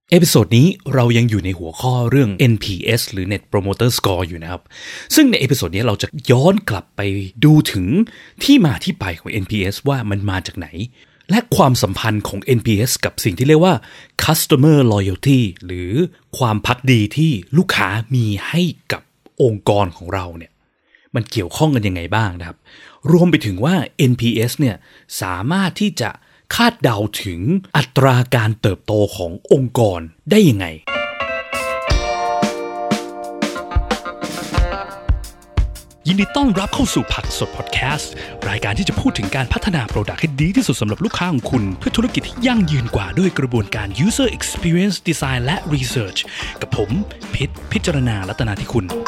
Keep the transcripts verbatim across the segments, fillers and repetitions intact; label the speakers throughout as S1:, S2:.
S1: เอพิโซดนี้เรายังอยู่ในหัวข้อเรื่อง เอ็น พี เอส หรือ Net Promoter Score อยู่นะครับซึ่งในเอพิโซดนี้เราจะย้อนกลับไปดูถึงที่มาที่ไปของ เอ็น พี เอส ว่ามันมาจากไหนและความสัมพันธ์ของ เอ็น พี เอส กับสิ่งที่เรียกว่า Customer Loyalty หรือความภักดีที่ลูกค้ามีให้กับองค์กรของเราเนี่ยมันเกี่ยวข้องกันยังไงบ้างนะครับรวมไปถึงว่า เอ็น พี เอส เนี่ยสามารถที่จะคาดเดาถึงอัตราการเติบโตขององค์กรได้ยังไงยินดีต้อนรับเข้าสู่ผักสดพอดแคสต์รายการที่จะพูดถึงการพัฒนาโปรดักต์ให้ดีที่สุดสำหรับลูกค้าของคุณเพื่อธุรกิจที่ยั่งยืนกว่าด้วยกระบวนการ User Experience Design และ Research กับผมพิษพิจารณารัตนาธิคุณ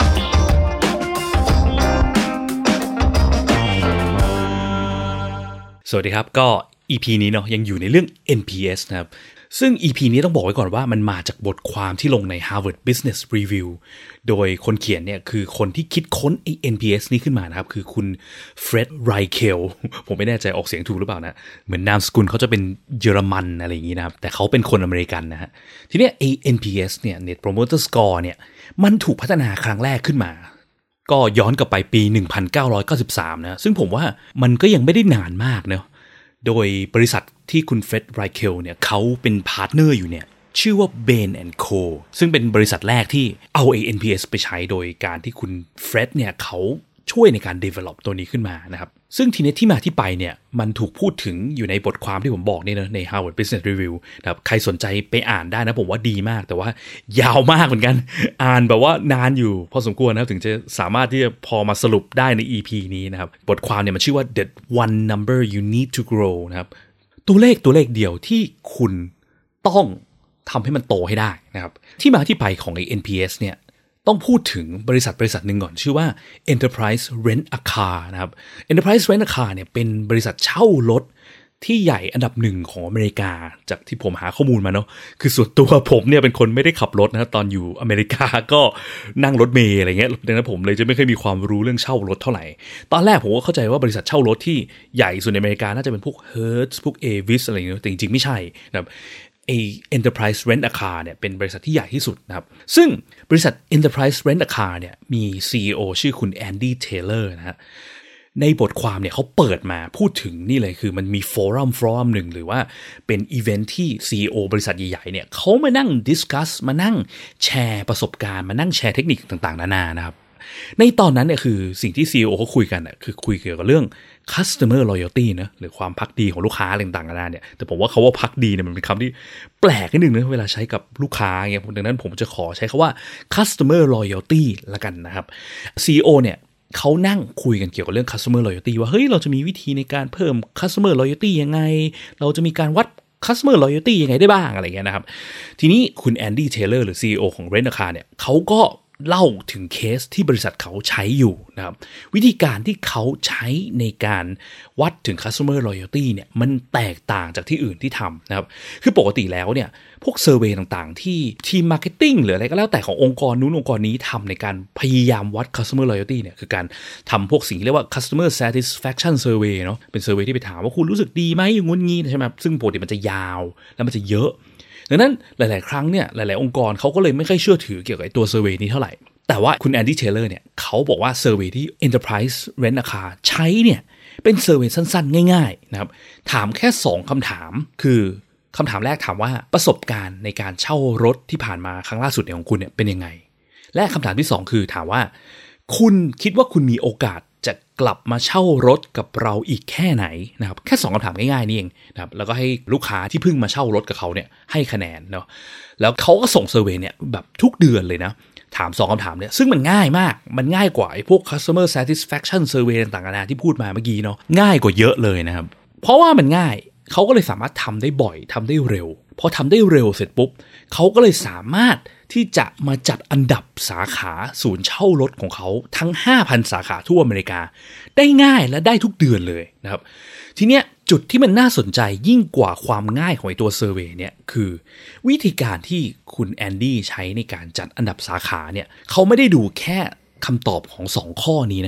S1: สวัสดีครับก็ อี พี นี้เนาะยังอยู่ในเรื่อง เอ็น พี เอส นะครับซึ่ง อี พี นี้ต้องบอกไว้ก่อนว่ามันมาจากบทความที่ลงใน Harvard Business Review โดยคนเขียนเนี่ยคือคนที่คิดค้นไอ้ เอ็น พี เอส นี้ขึ้นมานะครับคือคุณเฟร็ดไรเคลผมไม่แน่ใจออกเสียงถูกหรือเปล่านะเหมือนนามสกุลเขาจะเป็นเยอรมันอะไรอย่างงี้นะครับแต่เขาเป็นคนอเมริกันนะฮะทีเนี้ยไอ้ เอ็น พี เอส เนี่ย Net Promoter Score เนี่ยมันถูกพัฒนาครั้งแรกขึ้นมาก็ย้อนกลับไปปีหนึ่งพันเก้าร้อยเก้าสิบสามนะซึ่งผมว่ามันก็ยังไม่ได้นานมากเนาะโดยบริษัทที่คุณเฟร็ดไรเคลเนี่ยเขาเป็นพาร์ทเนอร์อยู่เนี่ยชื่อว่า Bain แอนด์ Co ซึ่งเป็นบริษัทแรกที่เอา เอ็น พี เอส ไปใช้โดยการที่คุณเฟร็ดเนี่ยเขาช่วยในการ develop ตัวนี้ขึ้นมานะครับซึ่งทีนี้ที่มาที่ไปเนี่ยมันถูกพูดถึงอยู่ในบทความที่ผมบอกนี่นะใน Harvard Business Review นะครับใครสนใจไปอ่านได้นะผมว่าดีมากแต่ว่ายาวมากเหมือนกันอ่านแบบว่านานอยู่พอสมควรนะครับถึงจะสามารถที่จะพอมาสรุปได้ใน อี พี นี้นะครับบทความเนี่ยมันชื่อว่า The One Number You Need to Grow นะครับตัวเลขตัวเลขเดียวที่คุณต้องทำให้มันโตให้ได้นะครับที่มาที่ไปของไอ้ เอ็น พี เอส เนี่ยต้องพูดถึงบริษัทบริษัทหนึ่งก่อนชื่อว่า Enterprise Rent a Car นะครับ Enterprise Rent a Car เนี่ยเป็นบริษัทเช่ารถที่ใหญ่อันดับหนึ่งของอเมริกาจากที่ผมหาข้อมูลมาเนาะคือส่วนตัวผมเนี่ยเป็นคนไม่ได้ขับรถนะตอนอยู่อเมริกาก็นั่งรถเมล์อะไรเงี้ยดังนั้นผมเลยจะไม่ค่อยมีความรู้เรื่องเช่ารถเท่าไหร่ตอนแรกผมก็เข้าใจว่าบริษัทเช่ารถที่ใหญ่สุดในอเมริกาน่าจะเป็นพวก Hertz พวก Avis อะไรเงี้ยแต่จริงๆไม่ใช่นะครับไอ้ Enterprise Rent a Car เนี่ยเป็นบริษัทที่ใหญ่ที่สุดนะครับซึ่งบริษัท Enterprise Rent a Car เนี่ยมี ซี อี โอ ชื่อคุณแอนดี้เทเลอร์นะฮะในบทความเนี่ยเขาเปิดมาพูดถึงนี่เลยคือมันมีโฟรัมโฟรัมหนึ่งหรือว่าเป็นอีเวนท์ที่ ซี อี โอ บริษัทใหญ่ๆเนี่ยเขามานั่งดิสคัสมานั่งแชร์ประสบการณ์มานั่งแชร์เทคนิคต่างๆนานานะครับในตอนนั้นเนี่ยคือสิ่งที่ ซี อี โอ เขาคุยกันน่ะคือคุยเกี่ยวกับเรื่อง customer loyalty นะหรือความภักดีของลูกค้าอะไรต่างๆนานาเนี่ยแต่ผมว่าเขาว่าภักดีเนี่ยมันเป็นคำที่แปลกนิดนึงนะเวลาใช้กับลูกค้าเงี้ยดังนั้นผมจะขอใช้คำว่า customer loyalty ละกันนะครับ ซี อี โอ เนี่ยเขานั่งคุยกันเกี่ยวกับเรื่อง customer loyalty ว่าเฮ้ยเราจะมีวิธีในการเพิ่ม customer loyalty ยังไงเราจะมีการวัด customer loyalty ยังไงได้บ้างอะไรเงี้ยนะครับทีนี้คุณแอนดี้เทเลอร์หรือ ซี อี โอ ของ Rent a Car เนี่ยเขาก็เล่าถึงเคสที่บริษัทเขาใช้อยู่นะครับวิธีการที่เขาใช้ในการวัดถึง customer loyalty เนี่ยมันแตกต่างจากที่อื่นที่ทำนะครับคือปกติแล้วเนี่ยพวกเซอร์เวย์ต่างๆที่ทีมมาร์เก็ตติ้งหรืออะไรก็แล้วแต่ขององค์กรนู้นองค์กรนี้ทำในการพยายามวัด customer loyalty เนี่ยคือการทำพวกสิ่งที่เรียกว่า customer satisfaction survey เนาะเป็นเซอร์เวย์ที่ไปถามว่าคุณรู้สึกดีไหมอย่างงู้นงี้ใช่ไหมซึ่งปกติมันจะยาวแล้วมันจะเยอะดังนั้นหลายๆครั้งเนี่ยหลายๆองค์กรเขาก็เลยไม่ค่อยเชื่อถือเกี่ยวกับตัวเซอร์เวย์นี้เท่าไหร่แต่ว่าคุณแอนดี้เทเลอร์เนี่ยเขาบอกว่าเซอร์เวย์ที่ Enterprise Rent a Car ใช้เนี่ยเป็นเซอร์เวย์สั้นๆง่ายๆนะครับถามแค่สองคำถามคือคำถามแรกถามว่าประสบการณ์ในการเช่ารถที่ผ่านมาครั้งล่าสุดของคุณเนี่ยเป็นยังไงและคำถามที่สองคือถามว่าคุณคิดว่าคุณมีโอกาสจะกลับมาเช่ารถกับเราอีกแค่ไหนนะครับแค่สองคำถามง่ายๆนี่เองนะครับแล้วก็ให้ลูกค้าที่เพิ่งมาเช่ารถกับเขาเนี่ยให้คะแนนเนาะแล้วเขาก็ส่งเซอร์เวย์เนี่ยแบบทุกเดือนเลยนะถามสองคำถามเนี่ยซึ่งมันง่ายมากมันง่ายกว่าไอ้พวก customer satisfaction survey ต่างๆนานาที่พูดมาเมื่อกี้เนาะง่ายกว่าเยอะเลยนะครับเพราะว่ามันง่ายเขาก็เลยสามารถทำได้บ่อยทำได้เร็วพอทำได้เร็วเสร็จปุ๊บเขาก็เลยสามารถที่จะมาจัดอันดับสาขาศูนย์เช่ารถของเขาทั้ง ห้าพัน สาขาทั่วอเมริกาได้ง่ายและได้ทุกเดือนเลยนะครับทีเนี้ยจุดที่มันน่าสนใจยิ่งกว่าความง่ายของไอ้ตัวเซอร์เวย์เนี่ยคือวิธีการที่คุณแอนดี้ใช้ในการจัดอันดับสาขาเนี่ยเขาไม่ได้ดูแค่คำตอบของสองข้อนี้นะ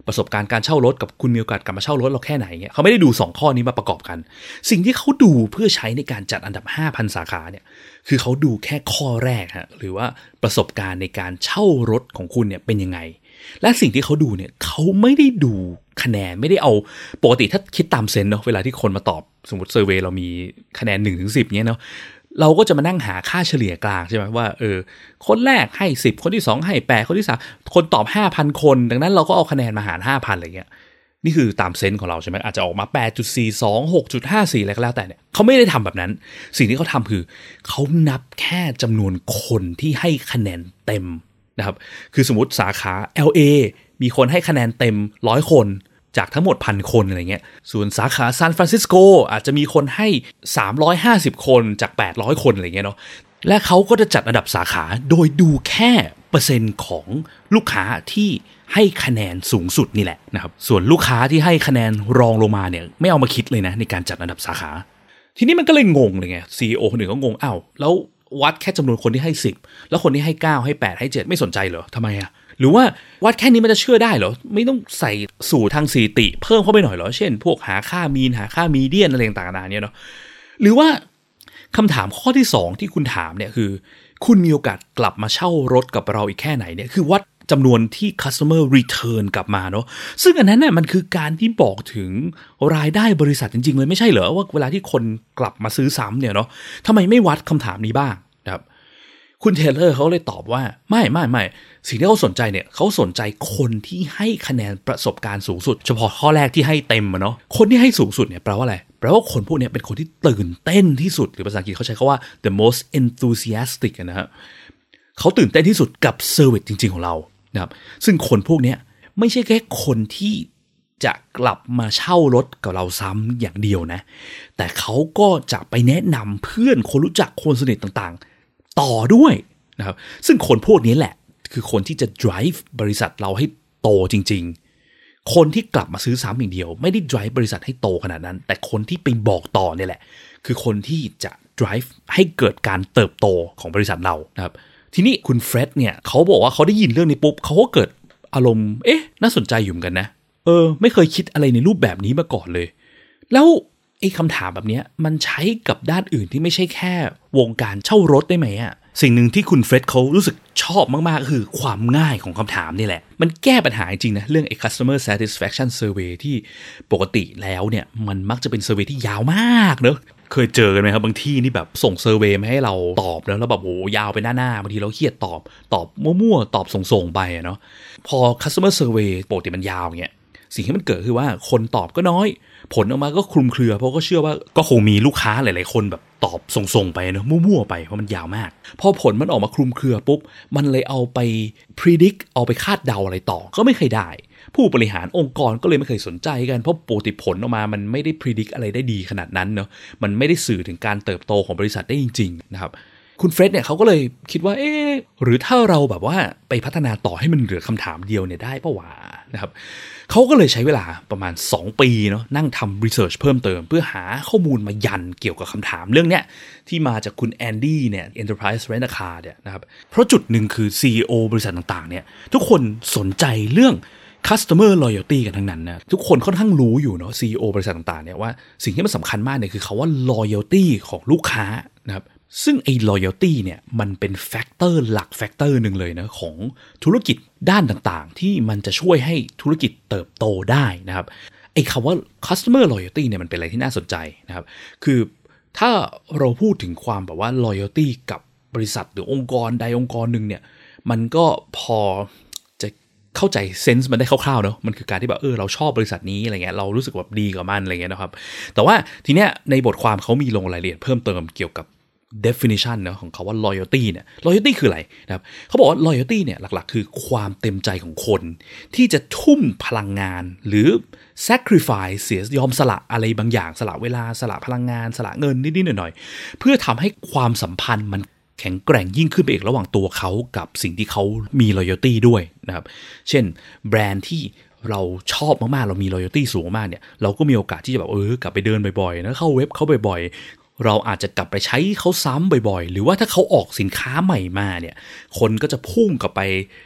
S1: ประสบการณ์การเช่ารถกับคุณมีโอกาสกลับมาเช่ารถเราแค่ไหนเงี้ยเขาไม่ได้ดูสองข้อนี้มาประกอบกันสิ่งที่เขาดูเพื่อใช้ในการจัดอันดับ ห้าพัน สาขาเนี่ยคือเขาดูแค่ข้อแรกฮะหรือว่าประสบการณ์ในการเช่ารถของคุณเนี่ยเป็นยังไงและสิ่งที่เขาดูเนี่ยเขาไม่ได้ดูคะแนนไม่ได้เอาปกติถ้าคิดตามเซนเนาะเวลาที่คนมาตอบสมมติเซอร์เวย์เรามีคะแนน หนึ่งถึงสิบ เงี้ยเนาะเราก็จะมานั่งหาค่าเฉลี่ยกลางใช่ไหมว่าเออคนแรกให้สิบคนที่สองให้แปดคนที่สามคนตอบ ห้าพัน คนดังนั้นเราก็เอาคะแนนมาหาร ห้าพัน อะไรเงี้ยนี่คือตามเซนส์ของเราใช่ไหมอาจจะออกมา แปดจุดสี่สอง หกจุดห้าสี่ อะไรก็แล้วแต่เนี่ยเขาไม่ได้ทำแบบนั้นสิ่งที่เขาทำคือเขานับแค่จำนวนคนที่ให้คะแนนเต็มนะครับคือสมมติสาขา แอล เอ มีคนให้คะแนนเต็มหนึ่งร้อยคนจากทั้งหมด หนึ่งพัน คนอะไรเงี้ยส่วนสาขาซานฟรานซิสโกอาจจะมีคนให้สามร้อยห้าสิบคนจากแปดร้อยคนอะไรเงี้ยเนาะและเขาก็จะจัดอันดับสาขาโดยดูแค่เปอร์เซ็นต์ของลูกค้าที่ให้คะแนนสูงสุดนี่แหละนะครับส่วนลูกค้าที่ให้คะแนนรองลงมาเนี่ยไม่เอามาคิดเลยนะในการจัดอันดับสาขาทีนี้มันก็เลยงงเลยไง ซี อี โอ คนอื่นก็งงอ้าวแล้ววัดแค่จำนวนคนที่ให้สิบแล้วคนที่ให้เก้าให้แปดให้เจ็ดไม่สนใจเหรอทำไมอะหรือว่าวัดแค่นี้มันจะเชื่อได้เหรอไม่ต้องใส่สูตรทางสถิติเพิ่มเข้าไปหน่อยเหรอเช่นพวกหาค่ามีนหาค่ามีเดียนอะไรต่างๆเนี่ยเนาะหรือว่าคำถามข้อที่สองที่คุณถามเนี่ยคือคุณมีโอกาสกลับมาเช่ารถกับเราอีกแค่ไหนเนี่ยคือวัดจำนวนที่ customer return กลับมาเนาะซึ่งอันนั้นน่ะมันคือการที่บอกถึงรายได้บริษัทจริงๆเลยไม่ใช่เหรอว่าเวลาที่คนกลับมาซื้อซ้ำเนี่ยเนาะทำไมไม่วัดคำถามนี้บ้างนะครับคุณเทเลอร์เขาเลยตอบว่าไม่ไม่ไม่สิ่งที่เขาสนใจเนี่ยเขาสนใจคนที่ให้คะแนนประสบการณ์สูงสุดเฉพาะข้อแรกที่ให้เต็มเนาะคนที่ให้สูงสุดเนี่ยแปลว่าอะไรแปลว่าคนพวกนี้เป็นคนที่ตื่นเต้นที่สุดหรือภาษาอังกฤษเขาใช้คำว่า the most enthusiastic นะฮะเขาตื่นเต้นที่สุดกับเซอร์วิสจริงๆของเรานะครับซึ่งคนพวกนี้ไม่ใช่แค่คนที่จะกลับมาเช่ารถกับเราซ้ำอย่างเดียวนะแต่เขาก็จะไปแนะนำเพื่อนคนรู้จักคนสนิทต่างๆต่อด้วยนะครับซึ่งคนพวกนี้แหละคือคนที่จะ drive บริษัทเราให้โตจริงๆคนที่กลับมาซื้อซ้ำอย่างเดียวไม่ได้ drive บริษัทให้โตขนาดนั้นแต่คนที่ไปบอกต่อเนี่ยแหละคือคนที่จะ drive ให้เกิดการเติบโตของบริษัทเรานะครับทีนี้คุณเฟร็ดเนี่ยเขาบอกว่าเขาได้ยินเรื่องนี้ปุ๊บเขาก็เกิดอารมณ์เอ๊ะน่าสนใจอยู่เหมือนกันนะเออไม่เคยคิดอะไรในรูปแบบนี้มาก่อนเลยแล้วไอ้คำถามแบบนี้มันใช้กับด้านอื่นที่ไม่ใช่แค่วงการเช่ารถได้ไหมอะสิ่งหนึ่งที่คุณเฟร็ดเขารู้สึกชอบมากๆก็คือความง่ายของคำถามนี่แหละมันแก้ปัญหาจริงนะเรื่องไอ้ customer satisfaction survey ที่ปกติแล้วเนี่ยมันมักจะเป็นเซอร์เวย์ที่ยาวมากเนอะเคยเจอกันไหมครับบางที่นี่แบบส่งเซอร์เวย์มาให้เราตอบแล้วแล้วแบบโอ้ยาวไปหน้าๆบางทีเราเครียดตอบตอบมั่วๆตอบส่งๆไปเนาะพอ customer survey ปกติมันยาวอย่างเงี้ยสิ่งที่มันเกิดคือว่าคนตอบก็น้อยผลออกมาก็คลุมเครือเพราะก็เชื่อว่าก็คงมีลูกค้าหลายๆคนแบบตอบส่งๆไปเนาะมั่วๆไปเพราะมันยาวมากพอผลมันออกมาคลุมเครือปุ๊บมันเลยเอาไป predict เอาไปคาดเดาอะไรต่อก็ไม่เคยได้ผู้บริหารองค์กรก็เลยไม่เคยสนใจกันเพราะปกติผลออกมามันไม่ได้ predict อะไรได้ดีขนาดนั้นเนาะมันไม่ได้สื่อถึงการเติบโตของบริษัทได้จริงๆนะครับคุณเฟร็ดเนี่ยเขาก็เลยคิดว่าเอ๊ะหรือถ้าเราแบบว่าไปพัฒนาต่อให้มันเหลือคำถามเดียวเนี่ยได้ป่าววะนะครับเขาก็เลยใช้เวลาประมาณสองปีเนาะนั่งทำรีเสิร์ชเพิ่มเติมเพื่อหาข้อมูลมายันเกี่ยวกับคำถามเรื่องเนี้ยที่มาจากคุณแอนดี้เนี่ย Enterprise Rent a Car เนี่ยนะครับเพราะจุดหนึ่งคือ ซี อี โอ บริษัทต่างๆเนี่ยทุกคนสนใจเรื่อง customer loyalty กันทั้งนั้นนะทุกคนค่อนข้างรู้อยู่เนาะ ซี อี โอ บริษัทต่างๆเนี่ยว่าสิ่งที่มันสำคัญมากเนี่ยคือคำว่า loyalty ของลูกค้านะครับซึ่งไอ้ loyalty เนี่ยมันเป็นแฟกเตอร์หลักแฟกเตอร์หนึ่งเลยนะของธุรกิจด้านต่างๆที่มันจะช่วยให้ธุรกิจเติบโตได้นะครับไอ้คำว่า customer loyalty เนี่ยมันเป็นอะไรที่น่าสนใจนะครับคือถ้าเราพูดถึงความแบบว่า loyalty กับบริษัทหรือองค์กรใดองค์กรหนึ่งเนี่ยมันก็พอจะเข้าใจเซนส์มันได้คร่าวๆเนาะมันคือการที่แบบเออเราชอบบริษัทนี้อะไรเงี้ยเรารู้สึกแบบดีกับมันอะไรเงี้ยนะครับแต่ว่าทีเนี้ยในบทความเขามีลงรายละเอียดเพิ่มเติมเกี่ยวกับdefinition เนาะของเขาว่า loyalty เนี่ย loyalty คืออะไรนะครับเขาบอกว่า loyalty เนี่ยหลักๆคือความเต็มใจของคนที่จะทุ่มพลังงานหรือ sacrifice เสียยอมสละอะไรบางอย่างสละเวลาสละพลังงานสละเงินนิดๆหน่อยๆเพื่อทำให้ความสัมพันธ์มันแข็งแกร่งยิ่งขึ้นไปอีกระหว่างตัวเขากับสิ่งที่เขามี loyalty ด้วยนะครับเช่นแบรนด์ที่เราชอบมากๆเรามี loyalty สูงมากเนี่ยเราก็มีโอกาสที่จะแบบเออกลับไปเดินบ่อยๆนะเข้าเว็บเขาบ่อยๆเราอาจจะกลับไปใช้เขาซ้ำบ่อยๆหรือว่าถ้าเขาออกสินค้าใหม่มาเนี่ยคนก็จะพุ่งกลับไป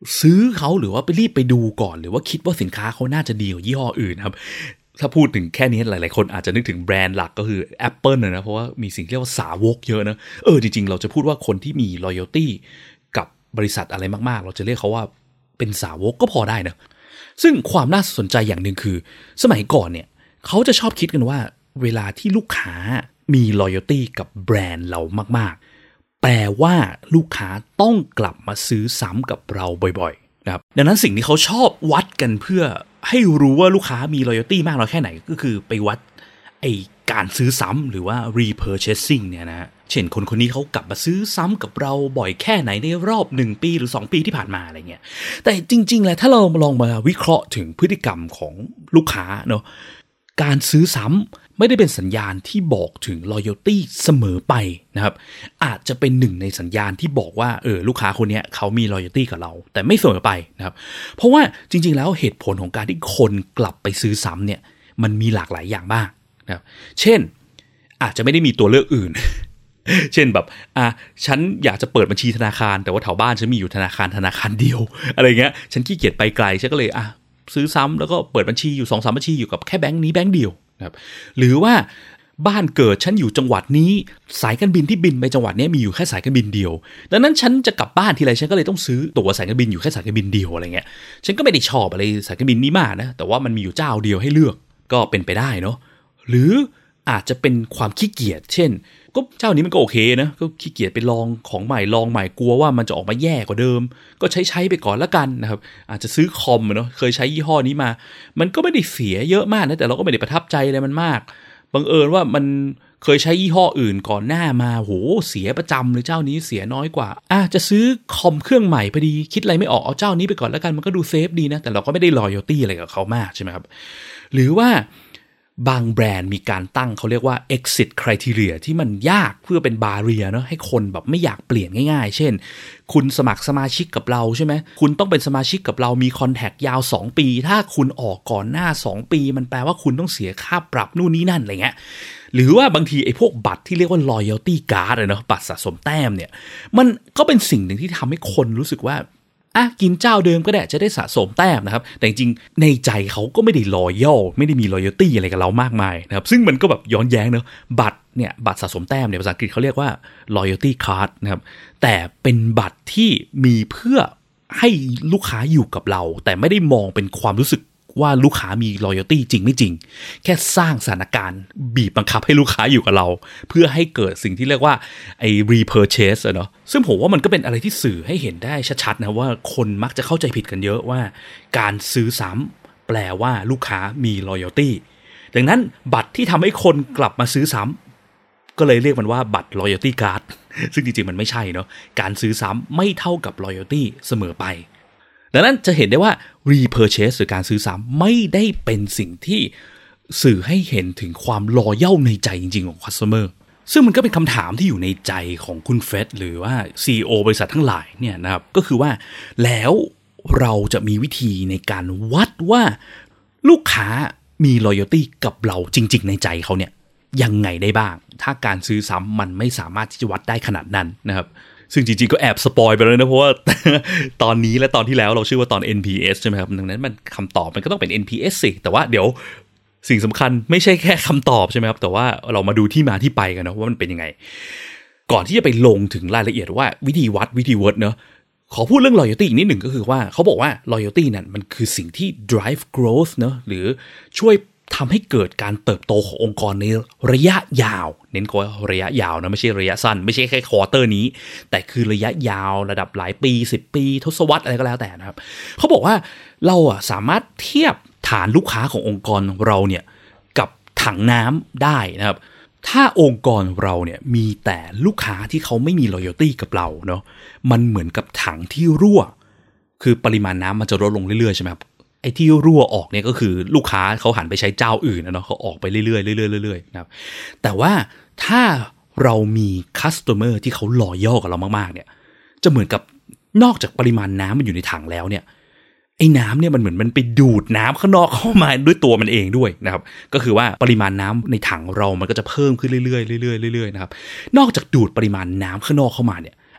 S1: ซื้อเขาหรือว่าไปรีบไปดูก่อนหรือว่าคิดว่าสินค้าเขาน่าจะดีกว่ายี่ห้ออื่นครับถ้าพูดถึงแค่นี้หลายๆคนอาจจะนึกถึงแบรนด์หลักก็คือ Apple นะเพราะว่ามีสิ่งเรียกว่าสาวกเยอะนะเออจริงๆเราจะพูดว่าคนที่มี loyalty กับบริษัทอะไรมากๆเราจะเรียกเขาว่าเป็นสาวกก็พอได้นะซึ่งความน่าสนใจอย่างนึงคือสมัยก่อนเนี่ยเขาจะชอบคิดกันว่าเวลาที่ลูกค้ามี loyalty กับแบรนด์เรามากๆแปลว่าลูกค้าต้องกลับมาซื้อซ้ำกับเราบ่อยๆนะครับดังนั้นสิ่งที่เขาชอบวัดกันเพื่อให้รู้ว่าลูกค้ามี loyalty มากน้อยแค่ไหนก็คือไปวัดไอ้การซื้อซ้ำหรือว่า repurchasing เนี่ยนะเช่นคนคนนี้เขากลับมาซื้อซ้ำกับเราบ่อยแค่ไหนในรอบหนึ่งปีหรือสองปีที่ผ่านมาอะไรเงี้ยแต่จริงๆแล้วถ้าเราลองมาวิเคราะห์ถึงพฤติกรรมของลูกค้าเนาะการซื้อซ้ำไม่ได้เป็นสัญญาณที่บอกถึง loyalty เสมอไปนะครับอาจจะเป็นหนึ่งในสัญญาณที่บอกว่าเออลูกค้าคนนี้เขามี loyalty กับเราแต่ไม่เสมอไปนะครับเพราะว่าจริงๆแล้วเหตุผลของการที่คนกลับไปซื้อซ้ำเนี่ยมันมีหลากหลายอย่างบ้างนะครับเช่นอาจจะไม่ได้มีตัวเลือกอื่น เช่นแบบอ่ะฉันอยากจะเปิดบัญชีธนาคารแต่ว่าแถวบ้านฉันมีอยู่ธนาคารธนาคารเดียวอะไรเงี้ยฉันขี้เกียจไปไกลฉันก็เลยอ่ะซื้อซ้ำแล้วก็เปิดบัญชีอยู่ สองสาม บัญชีอยู่กับแค่แบงค์นี้แบงค์เดียวนะครับหรือว่าบ้านเกิดฉันอยู่จังหวัดนี้สายการบินที่บินไปจังหวัดนี้มีอยู่แค่สายการบินเดียวดังนั้นฉันจะกลับบ้านทีไรฉันก็เลยต้องซื้อตั๋วสายการบินอยู่แค่สายการบินเดียวอะไรเงี้ยฉันก็ไม่ได้ชอบอะไรสายการบินนี้มากนะแต่ว่ามันมีอยู่เจ้าเดียวให้เลือกก็เป็นไปได้เนาะหรืออาจจะเป็นความขี้เกียจเช่นก็เจ้านี้มันก็โอเคนะก็ขี้เกียจไปลองของใหม่ลองใหม่กลัวว่ามันจะออกมาแย่กว่าเดิมก็ใช้ใช้ไปก่อนละกันนะครับอาจจะซื้อคอมเนาะเคยใช้ยี่ห้อนี้มามันก็ไม่ได้เสียเยอะมากนะแต่เราก็ไม่ได้ประทับใจอะไรมันมากบังเอิญว่ามันเคยใช้ยี่ห้ออื่นก่อนหน้ามาโหเสียประจำเลยเจ้านี้เสียน้อยกว่าอ่ะจะซื้อคอมเครื่องใหม่พอดีคิดอะไรไม่ออกเอาเจ้านี้ไปก่อนละกันมันก็ดูเซฟดีนะแต่เราก็ไม่ได้ loyalty อะไรกับเขามากใช่ไหมครับหรือว่าบางแบรนด์มีการตั้งเขาเรียกว่า exit criteria ที่มันยากเพื่อเป็น barrier เนาะให้คนแบบไม่อยากเปลี่ยนง่ายๆเช่นคุณสมัครสมาชิกกับเราใช่ไหมคุณต้องเป็นสมาชิกกับเรามีคอนแทคยาวสองปีถ้าคุณออกก่อนหน้าสองปีมันแปลว่าคุณต้องเสียค่าปรับนู่นนี่นั่นอะไรเงี้ยหรือว่าบางทีไอ้พวกบัตรที่เรียกว่า loyalty card เนาะบัตรสะสมแต้มเนี่ยมันก็เป็นสิ่งหนึ่งที่ทำให้คนรู้สึกว่าอ่ะกินเจ้าเดิมก็ได้จะได้สะสมแต้มนะครับแต่จริงๆในใจเขาก็ไม่ได้ loyal ไม่ได้มี loyalty อะไรกับเรามากมายนะครับซึ่งมันก็แบบย้อนแย้งเนอะบัตรเนี่ยบัตรสะสมแต้มเนี่ยภาษาอังกฤษเขาเรียกว่า loyalty card นะครับแต่เป็นบัตรที่มีเพื่อให้ลูกค้าอยู่กับเราแต่ไม่ได้มองเป็นความรู้สึกว่าลูกค้ามี loyalty จริงไม่จริงแค่สร้างสถานการณ์บีบบังคับให้ลูกค้าอยู่กับเราเพื่อให้เกิดสิ่งที่เรียกว่าไอ้ repurchase อะเนาะซึ่งผมว่ามันก็เป็นอะไรที่สื่อให้เห็นได้ชัดๆนะว่าคนมักจะเข้าใจผิดกันเยอะว่าการซื้อซ้ำแปลว่าลูกค้ามี loyalty ดังนั้นบัตรที่ทำให้คนกลับมาซื้อซ้ำก็เลยเรียกมันว่าบัตร loyalty card ซึ่งจริงๆมันไม่ใช่เนาะการซื้อซ้ำไม่เท่ากับ loyalty เสมอไปดังนั้นจะเห็นได้ว่า repurchase หรือการซื้อซ้ำไม่ได้เป็นสิ่งที่สื่อให้เห็นถึงความ loyal ในใจจริงๆของ customer ซึ่งมันก็เป็นคำถามที่อยู่ในใจของคุณเฟร็ดหรือว่า ซี อี โอ บริษัททั้งหลายเนี่ยนะครับก็คือว่าแล้วเราจะมีวิธีในการวัดว่าลูกค้ามี loyalty กับเราจริงๆในใจเขาเนี่ยยังไงได้บ้างถ้าการซื้อซ้ำมันไม่สามารถที่จะวัดได้ขนาดนั้นนะครับซึ่งจริงๆก็แอบสปอยไปเลยนะเพราะว่า ตอนนี้และตอนที่แล้วเราชื่อว่าตอน เอ็น พี เอส ใช่ไหมครับดังนั้นมันคำตอบมันก็ต้องเป็น เอ็น พี เอส สิแต่ว่าเดี๋ยวสิ่งสำคัญไม่ใช่แค่คำตอบใช่ไหมครับแต่ว่าเรามาดูที่มาที่ไปกันนะว่ามันเป็นยังไงก่อนที่จะไปลงถึงรายละเอียดว่าวิธีวัดวิธีวัดเนาะขอพูดเรื่อง loyalty อีกนิดหนึ่งก็คือว่าเขาบอกว่า loyalty นั่นมันคือสิ่งที่ drive growth เนาะหรือช่วยทำให้เกิดการเติบโตขององค์กรในระยะยาวเน้นว่าระยะยาวนะไม่ใช่ระยะสั้นไม่ใช่แค่ควอเตอร์นี้แต่คือระยะยาวระดับหลายปีสิบปีทศวรรษอะไรก็แล้วแต่นะครับเขาบอกว่าเราอ่ะสามารถเทียบฐานลูกค้าขององค์กรเราเนี่ยกับถังน้ำได้นะครับถ้าองค์กรเราเนี่ยมีแต่ลูกค้าที่เขาไม่มี loyalty กับเราเนาะมันเหมือนกับถังที่รั่วคือปริมาณน้ำมันจะลดลงเรื่อยๆใช่ไหมครับไอ้ที่รั่วออกเนี่ยก็คือลูกค้าเขาหันไปใช้เจ้าอื่นนะเนาะเขาออกไปเรื่อยๆเรื่อยๆเรื่อยๆนะครับแต่ว่าถ้าเรามีคัสโตเมอร์ที่เขาลอยย่อกับเรามากๆเนี่ยจะเหมือนกับนอกจากปริมาณน้ำมันอยู่ในถังแล้วเนี่ยไอ้น้ำเนี่ยมันเหมือนมันไปดูดน้ำข้างนอกเข้ามาด้วยตัวมันเองด้วยนะครับก็คือว่าปริมาณน้ำในถังเรามันก็จะเพิ่มขึ้นเรื่อยๆเรื่อยๆเรื่อยๆนะครับนอกจากดูดปริมาณน้ำข้างนอกเข้ามาเนี่ย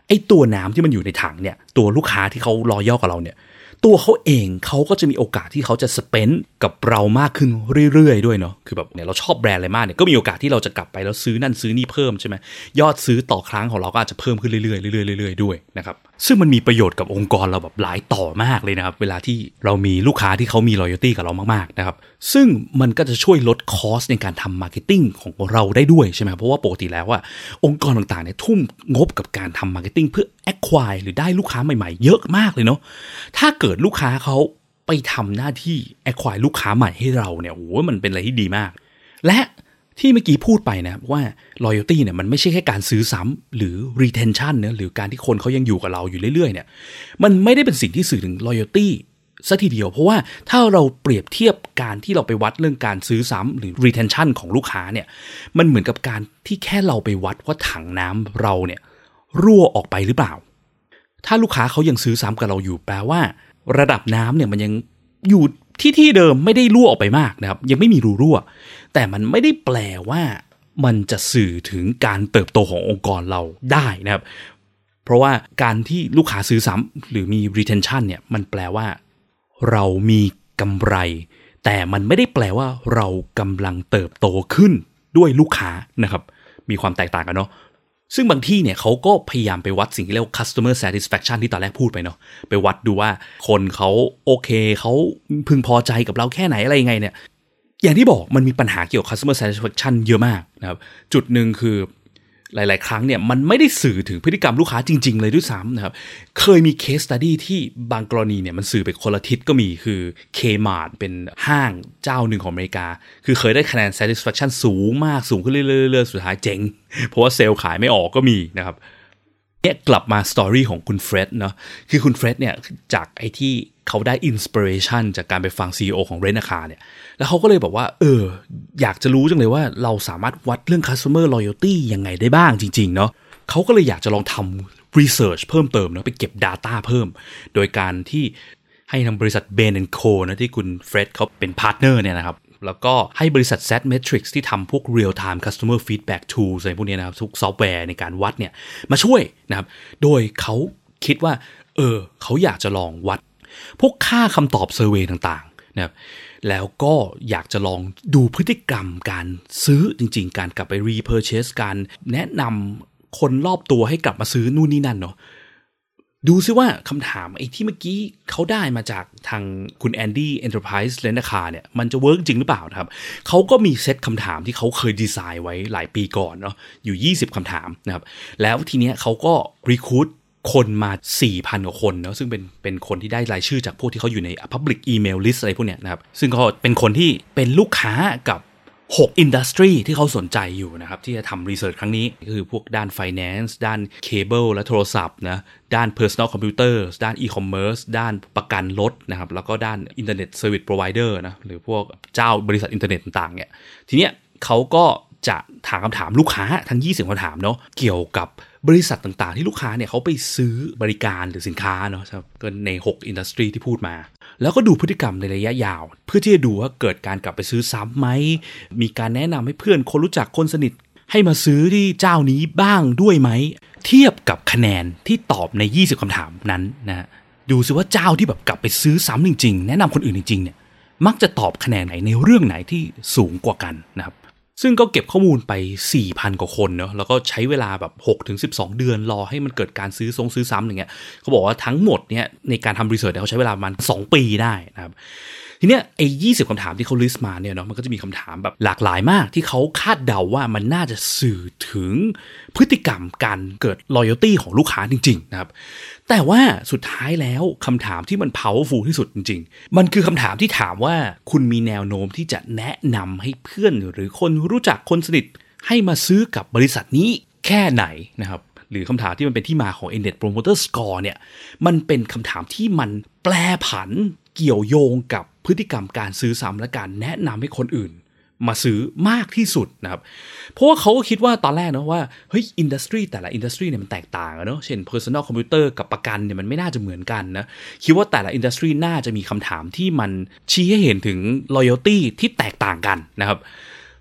S1: ไอ้ตัวน้ำที่มันอยู่ในถังเนี่ยตัวลูกค้าที่เขารอย่อกับเราเนี่ยตัวเขาเองเขาก็จะมีโอกาสที่เขาจะสเปนกับเรามากขึ้นเรื่อยๆด้วยเนาะคือแบบเนี่ยเราชอบแบรนด์อะไรมากเนี่ยก็มีโอกาสที่เราจะกลับไปแล้วซื้อนั่นซื้อนี่เพิ่มใช่ไหมยอดซื้อต่อครั้งของเราก็อาจจะเพิ่มขึ้นเรื่อยๆเรื่อยๆเรื่อยๆด้วยนะครับซึ่งมันมีประโยชน์กับองค์กรเราแบบหลายต่อมากเลยนะครับเวลาที่เรามีลูกค้าที่เขามี loyalty กับเรามากๆนะครับซึ่งมันก็จะช่วยลดคอสในการทำมาร์เก็ตติ้งของเราได้ด้วยใช่ไหมเพราะว่าปกติแล้วอ่ะองค์กรต่างๆเนี่ยทุ่มงบกับการทำมาร์เก็ตติ้งเพื่อ acquire หรือได้ลูกค้าใหม่ๆเยอะมากเลยเนาะถ้าเกิดลูกค้าเขาไปทำหน้าที่ acquire ลูกค้าใหม่ให้เราเนี่ยโอ้โหมันเป็นอะไรที่ดีมากและที่เมื่อกี้พูดไปนะว่า loyalty เนี่ยมันไม่ใช่แค่การซื้อซ้ำหรือ retention นะหรือการที่คนเขายังอยู่กับเราอยู่เรื่อยๆเนี่ยมันไม่ได้เป็นสิ่งที่สื่อถึง loyalty ซะทีเดียวเพราะว่าถ้าเราเปรียบเทียบการที่เราไปวัดเรื่องการซื้อซ้ำหรือ retention ของลูกค้าเนี่ยมันเหมือนกับการที่แค่เราไปวัดว่าถังน้ำเราเนี่ยรั่วออกไปหรือเปล่าถ้าลูกค้าเขายังซื้อซ้ำกับเราอยู่แปลว่าระดับน้ำเนี่ยมันยังอยู่ที่ที่เดิมไม่ได้รั่วออกไปมากนะครับยังไม่มีรูรั่วแต่มันไม่ได้แปลว่ามันจะสื่อถึงการเติบโตขององค์กรเราได้นะครับเพราะว่าการที่ลูกค้าซื้อซ้ำหรือมี retention เนี่ยมันแปลว่าเรามีกำไรแต่มันไม่ได้แปลว่าเรากำลังเติบโตขึ้นด้วยลูกค้านะครับมีความแตกต่างกันเนาะซึ่งบางที่เนี่ยเขาก็พยายามไปวัดสิ่งที่เรียกว่า customer satisfaction ที่ตอนแรกพูดไปเนาะไปวัดดูว่าคนเขาโอเคเขาพึงพอใจกับเราแค่ไหนอะไรยังไงเนี่ยอย่างที่บอกมันมีปัญหาเกี่ยวกับ customer satisfaction เยอะมากนะครับจุดหนึ่งคือหลายๆครั้งเนี่ยมันไม่ได้สื่อถึงพฤติกรรมลูกค้าจริงๆเลยด้วยซ้ำนะครับเคยมี case study ที่บางกรณีเนี่ยมันสื่อไปคนละทิศก็มีคือ Kmart เป็นห้างเจ้าหนึ่งของอเมริกาคือเคยได้คะแนน satisfaction สูงมากสูงขึ้นเรื่อยๆสุดท้ายเจ๊งเพราะว่าเซลล์ขายไม่ออกก็มีนะครับเนี่ยกลับมาสตอรี่ของคุณเฟร็ดเนาะคือคุณเฟร็ดเนี่ยจากไอ้ที่เขาได้อินสปิเรชันจากการไปฟัง ซี อี โอ ของ Rent a Car เนี่ยแล้วเขาก็เลยบอกว่าเอออยากจะรู้จังเลยว่าเราสามารถวัดเรื่อง customer loyalty ยังไงได้บ้างจริงๆเนาะเขาก็เลยอยากจะลองทำ research เพิ่มเติมเนาะไปเก็บ data เพิ่มโดยการที่ให้ทางบริษัท Bain แอนด์ Co นะที่คุณเฟร็ดเขาเป็นพาร์ทเนอร์เนี่ยนะครับแล้วก็ให้บริษัท Z-Metrics ที่ทำพวก real time customer feedback tools อะไรพวกนี้นะครับทุกซอฟต์แวร์ในการวัดเนี่ยมาช่วยนะครับโดยเขาคิดว่าเออเขาอยากจะลองวัดพวกค่าคำตอบเซอร์เวย์ต่างๆนะครับแล้วก็อยากจะลองดูพฤติกรรมการซื้อจริงๆการกลับไป repurchase การแนะนำคนรอบตัวให้กลับมาซื้อนู่นนี่นั่นเนาะดูซิว่าคำถามไอ้ที่เมื่อกี้เขาได้มาจากทางคุณแอนดี้ Enterprise Rent a Car เนี่ยมันจะเวิร์กจริงหรือเปล่านะครับเขาก็มีเซตคำถามที่เขาเคยดีไซน์ไว้หลายปีก่อนเนาะอยู่ยี่สิบคำถามนะครับแล้วทีเนี้ยเขาก็รีครูทคนมา สี่พัน กว่าคนเนาะซึ่งเป็นเป็นคนที่ได้รายชื่อจากพวกที่เขาอยู่ใน Public Email List อะไรพวกเนี้ยนะครับซึ่งเขาเป็นคนที่เป็นลูกค้ากับหก industry ที่เขาสนใจอยู่นะครับที่จะทำรีเสิร์ชครั้งนี้ก็คือพวกด้าน finance ด้านเคเบิลและโทรศัพท์นะด้าน personal computer ด้าน e-commerce ด้านประกันรถนะครับแล้วก็ด้าน internet service provider นะหรือพวกเจ้าบริษัทอินเทอร์เน็ตต่างๆเนี่ยทีเนี้ยเขาก็จะถามคำถามลูกค้าทั้งยี่สิบคำถามเนาะเกี่ยวกับบริษัทต่างๆที่ลูกค้าเนี่ยเขาไปซื้อบริการหรือสินค้าเนาะครับก็ในหก industry ที่พูดมาแล้วก็ดูพฤติกรรมในระยะยาวเพื่อที่จะดูว่าเกิดการกลับไปซื้อซ้ำไหมมีการแนะนำให้เพื่อนคนรู้จักคนสนิทให้มาซื้อที่เจ้านี้บ้างด้วยไหมเทียบกับคะแนนที่ตอบในยี่สิบคำถามนั้นนะดูซิว่าเจ้าที่แบบกลับไปซื้อซ้ำจริงๆแนะนำคนอื่นจริงๆเนี่ยมักจะตอบคะแนนไหนในเรื่องไหนที่สูงกว่ากันนะครับซึ่งก็เก็บข้อมูลไป สี่พัน กว่าคนเนาะแล้วก็ใช้เวลาแบบ หกถึงสิบสอง เดือนรอให้มันเกิดการซื้อซงซื้อซ้ำอย่างเงี้ยเขาบอกว่าทั้งหมดเนี่ยในการทำรีเสิร์ชเนี่ยเขาใช้เวลาประมาณสองปีได้นะครับทีเนี้ยไอ้ยี่สิบคำถามที่เขาลิสต์มาเนี่ยเนาะมันก็จะมีคำถามแบบหลากหลายมากที่เขาคาดเดาว่ามันน่าจะสื่อถึงพฤติกรรมการเกิด loyalty ของลูกค้าจริงๆนะครับแต่ว่าสุดท้ายแล้วคำถามที่มัน powerful ที่สุดจริงๆมันคือคำถามที่ถามว่าคุณมีแนวโน้มที่จะแนะนำให้เพื่อนหรือคนรู้จักคนสนิทให้มาซื้อกับบริษัทนี้แค่ไหนนะครับหรือคำถามที่มันเป็นที่มาของ Net Promoter Score เนี่ยมันเป็นคำถามที่มันแปลผันเกี่ยวโยงกับพฤติกรรมการซื้อซ้ำและการแนะนำให้คนอื่นมาซื้อมากที่สุดนะครับเพราะว่าเขาก็คิดว่าตอนแรกนะว่าเฮ้ยอินดัสทรีแต่ละอินดัสทรีเนี่ยมันแตกต่างอะเนาะเช่น personal computer กับประกันเนี่ยมันไม่น่าจะเหมือนกันนะคิดว่าแต่ละอินดัสทรีน่าจะมีคำถามที่มันชี้ให้เห็นถึง loyalty ที่แตกต่างกันนะครับ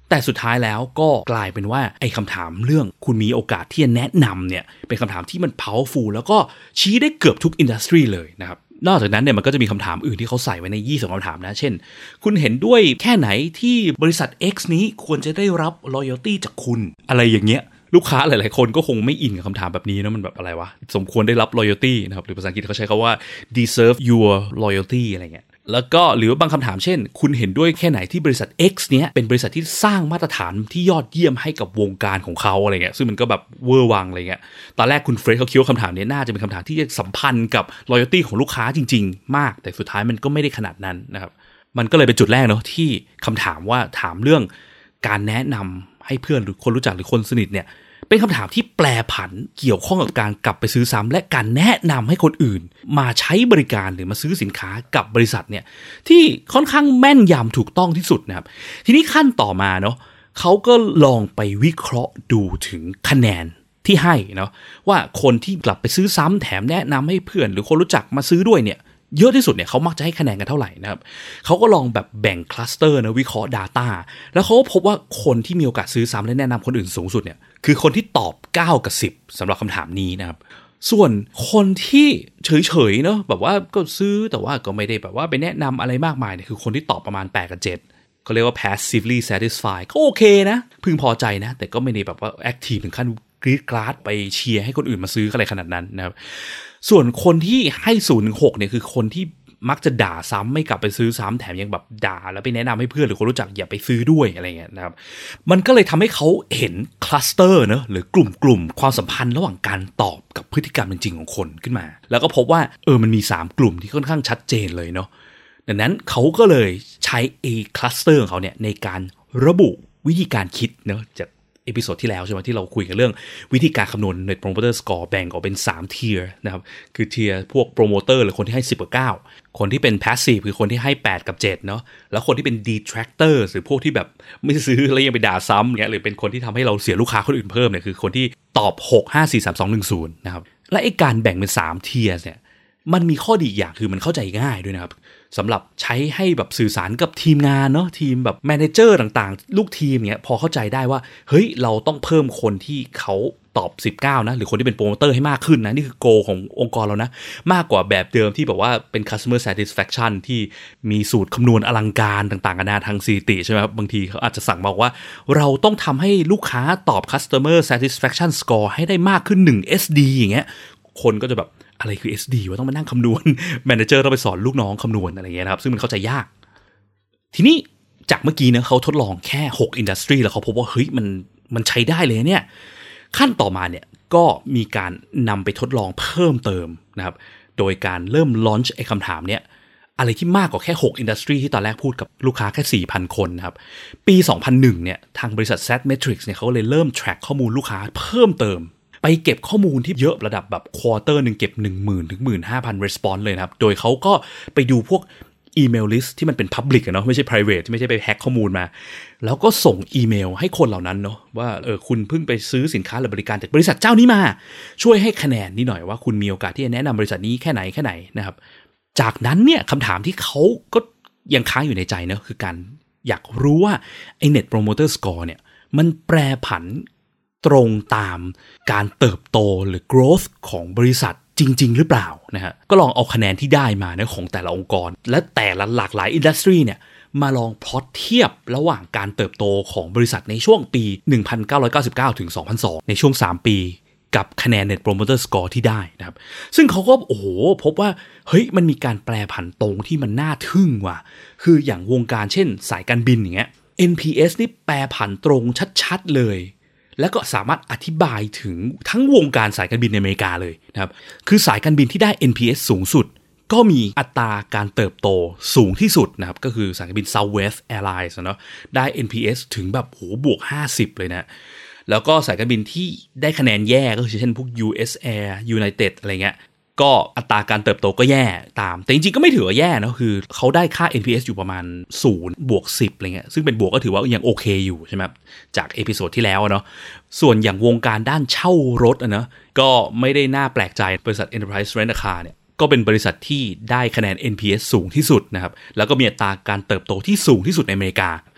S1: แต่สุดท้ายแล้วก็กลายเป็นว่าไอ้คำถามเรื่องคุณมีโอกาสที่จะแนะนำเนี่ยเป็นคำถามที่มัน powerful แล้วก็ชี้ได้เกือบทุกอินดัสทรีเลยนะครับนอกจากนั้นเนี่ยมันก็จะมีคำถามอื่นที่เขาใส่ไว้ในยี่สิบคำถามนะเช่นคุณเห็นด้วยแค่ไหนที่บริษัท X นี้ควรจะได้รับ loyalty จากคุณอะไรอย่างเงี้ยลูกค้าหลายๆคนก็คงไม่อินกับคำถามแบบนี้นะมันแบบอะไรวะสมควรได้รับ loyalty นะครับหรือภาษาอังกฤษเขาใช้คำว่า deserve your loyalty อะไรเงี้ยแล้วก็หรือบางคำถามเช่นคุณเห็นด้วยแค่ไหนที่บริษัท X เนี้ยเป็นบริษัทที่สร้างมาตรฐานที่ยอดเยี่ยมให้กับวงการของเขาอะไรเงี้ยซึ่งมันก็แบบเวอร์วังอะไรเงี้ยตอนแรกคุณเฟรดเขาคิดว่าคำถามนี้น่าจะเป็นคำถามที่จะสัมพันธ์กับ loyalty ของลูกค้าจริงๆมากแต่สุดท้ายมันก็ไม่ได้ขนาดนั้นนะครับมันก็เลยเป็นจุดแรกเนาะที่คำถามว่าถามเรื่องการแนะนำให้เพื่อนหรือคนรู้จักหรือคนสนิทเนี่ยเป็นคำถามที่แปลผันเกี่ยวข้องกับการกลับไปซื้อซ้ำและการแนะนำให้คนอื่นมาใช้บริการหรือมาซื้อสินค้ากับบริษัทเนี่ยที่ค่อนข้างแม่นยำถูกต้องที่สุดนะครับทีนี้ขั้นต่อมาเนาะเขาก็ลองไปวิเคราะห์ดูถึงคะแนนที่ให้เนาะว่าคนที่กลับไปซื้อซ้ำแถมแนะนำให้เพื่อนหรือคนรู้จักมาซื้อด้วยเนี่ยเยอะที่สุดเนี่ยเขามักจะให้คะแนนกันเท่าไหร่นะครับเขาก็ลองแบบแบ่งคลัสเตอร์นะวิเคราะห์ data แล้วเขาก็พบว่าคนที่มีโอกาสซื้อซ้ำและแนะนำคนอื่นสูงสุดเนี่ยคือคนที่ตอบเก้ากับสิบสำหรับคำถามนี้นะครับส่วนคนที่เฉยๆเนาะแบบว่าก็ซื้อแต่ว่าก็ไม่ได้แบบว่าไปแนะนำอะไรมากมายเนี่ยคือคนที่ตอบประมาณแปดกับเจ็ดเขาเรียกว่า passively satisfied ก็โอเคนะพึงพอใจนะแต่ก็ไม่ได้แบบว่า active ถึงขั้นกรี๊ดกราดไปเชียร์ให้คนอื่นมาซื้ออะไรขนาดนั้นนะครับส่วนคนที่ให้ศูนย์ถึงหกเนี่ยคือคนที่มักจะด่าซ้ำไม่กลับไปซื้อซ้ำแถมยังแบบด่าแล้วไปแนะนำให้เพื่อนหรือคนรู้จักอย่าไปซื้อด้วยอะไรเงี้ยนะครับมันก็เลยทำให้เขาเห็นคลัสเตอร์เนอะหรือกลุ่มกลุ่มความสัมพันธ์ระหว่างการตอบกับพฤติกรรมจริงๆของคนขึ้นมาแล้วก็พบว่าเออมันมีสามกลุ่มที่ค่อนข้างชัดเจนเลยเนาะดังนั้นเขาก็เลยใช้ไอ้คลัสเตอร์ของเขาเนี่ยในการระบุวิธีการคิดเนาะจากเอพิโซดที่แล้วใช่ไหมที่เราคุยกันเรื่องวิธีการคำนวณ Net Promoter Score แบ่งออกเป็นสามเทียร์นะครับคือเทียร์พวกโปรโมเตอร์หรือคนที่ให้สิบกับเก้าคนที่เป็น Passive คือคนที่ให้แปดกับเจ็ดเนาะแล้วคนที่เป็น Detractor หรือพวกที่แบบไม่ซื้อแล้วยังไปด่าซ้ำเงี้ยหรือเป็นคนที่ทำให้เราเสียลูกค้าคนอื่นเพิ่มเนี่ยคือคนที่ตอบหก ห้า สี่ สาม สอง หนึ่ง ศูนย์นะครับและไอ้การแบ่งเป็นสามเทียร์เนี่ยมันมีข้อดีอย่างคือมันเข้าใจง่ายด้วยนะครับสำหรับใช้ให้แบบสื่อสารกับทีมงานเนาะทีมแบบแมเนเจอร์ต่างๆลูกทีมเนี้ยพอเข้าใจได้ว่าเฮ้ยเราต้องเพิ่มคนที่เขาตอบสิบเก้านะหรือคนที่เป็นโปรโมเตอร์ให้มากขึ้นนะนี่คือโกขององค์กรเรานะมากกว่าแบบเดิมที่แบบว่าเป็น customer satisfaction ที่มีสูตรคำนวณอลังการต่างๆกันานาทางสถิติใช่ไหมครับบางทีเขาอาจจะสั่งบอกว่าเราต้องทำให้ลูกค้าตอบ customer satisfaction score ให้ได้มากขึ้นหนึ่ง เอส ดี อย่างเงี้ยคนก็จะแบบอะไรคือ เอส ดี ว่าต้องมานั่งคำนวณแมเนเจอร์ต้องไปสอนลูกน้องคำนวณอะไรเงี้ยนะครับซึ่งมันเข้าใจยากทีนี้จากเมื่อกี้นะเขาทดลองแค่หกอินดัสทรีแล้วเขาพบว่าเฮ้ยมันมันใช้ได้เลยเนี่ยขั้นต่อมาเนี่ยก็มีการนำไปทดลองเพิ่มเติมนะครับโดยการเริ่มลอนช์ไอ้คำถามเนี้ยอะไรที่มากกว่าแค่หกอินดัสทรีที่ตอนแรกพูดกับลูกค้าแค่ สี่พัน คนนะครับปีสองพันหนึ่งเนี่ยทางบริษัท แซด Metrics เนี่ยเขาเลยเริ่ม track ข้อมูลลูกค้าเพิ่มเติมไปเก็บข้อมูลที่เยอะระดับแบบควอเตอร์นึงเก็บ หนึ่งหมื่น ถึง หนึ่งหมื่นห้าพัน response เลยนะครับโดยเขาก็ไปดูพวกอีเมลลิสต์ที่มันเป็น public อะเนาะไม่ใช่ private ที่ไม่ใช่ไปแฮ็กข้อมูลมาแล้วก็ส่งอีเมลให้คนเหล่านั้นเนาะว่าเออคุณเพิ่งไปซื้อสินค้าหรือบริการจากบริษัทเจ้านี้มาช่วยให้คะแนนนิดหน่อยว่าคุณมีโอกาสที่จะแนะนำบริษัทนี้แค่ไหนแค่ไหนนะครับจากนั้นเนี่ยคำถามที่เขาก็ยังค้างอยู่ในใจเนาะคือการอยากรู้ว่าไอ้ Net Promoter Score เนี่ยมันแปรผันตรงตามการเติบโตหรือ growth ของบริษัทจริงๆหรือเปล่านะฮะก็ลองเอาคะแนนที่ได้มาเนี่ยของแต่ละองค์กรและแต่ละหลากหลายอินดัสทรีเนี่ยมาลองพลอตเทียบระหว่างการเติบโตของบริษัทในช่วงปีหนึ่งพันเก้าร้อยเก้าสิบเก้าถึงสองพันสองในช่วงสามปีกับคะแนน Net Promoter Score ที่ได้นะครับซึ่งเขาก็โอ้โหพบว่าเฮ้ยมันมีการแปรผันตรงที่มันน่าทึ่งว่ะคืออย่างวงการเช่นสายการบินอย่างเงี้ย เอ็น พี เอส นี่แปรผันตรงชัดๆเลยแล้วก็สามารถอธิบายถึงทั้งวงการสายการบินในอเมริกาเลยนะครับคือสายการบินที่ได้ เอ็น พี เอส สูงสุดก็มีอัตราการเติบโตสูงที่สุดนะครับก็คือสายการบิน Southwest Airlines เนาะได้ เอ็น พี เอส ถึงแบบโหบวกห้าสิบเลยนะแล้วก็สายการบินที่ได้คะแนนแย่ก็คือเช่นพวก ยู เอส Air United อะไรเงี้ยก็อัตราการเติบโตก็แย่ตามแต่จริงๆก็ไม่ถือว่าแย่นะคือเขาได้ค่า เอ็น พี เอส อยู่ประมาณศูนย์บวกสิบอะไรเงี้ยซึ่งเป็นบวกก็ถือว่ายังโอเคอยู่ใช่ไหมจากเอพิโซดที่แล้วเนาะส่วนอย่างวงการด้านเช่ารถอะเนาะก็ไม่ได้น่าแปลกใจบริษัท Enterprise Rent a Car เนี่ยก็เป็นบริษัทที่ได้คะแนน เอ็น พี เอส สูงที่สุดนะครับแล้วก็มีอัตราการเติบโตที่สูงที่สุดในอเมริกา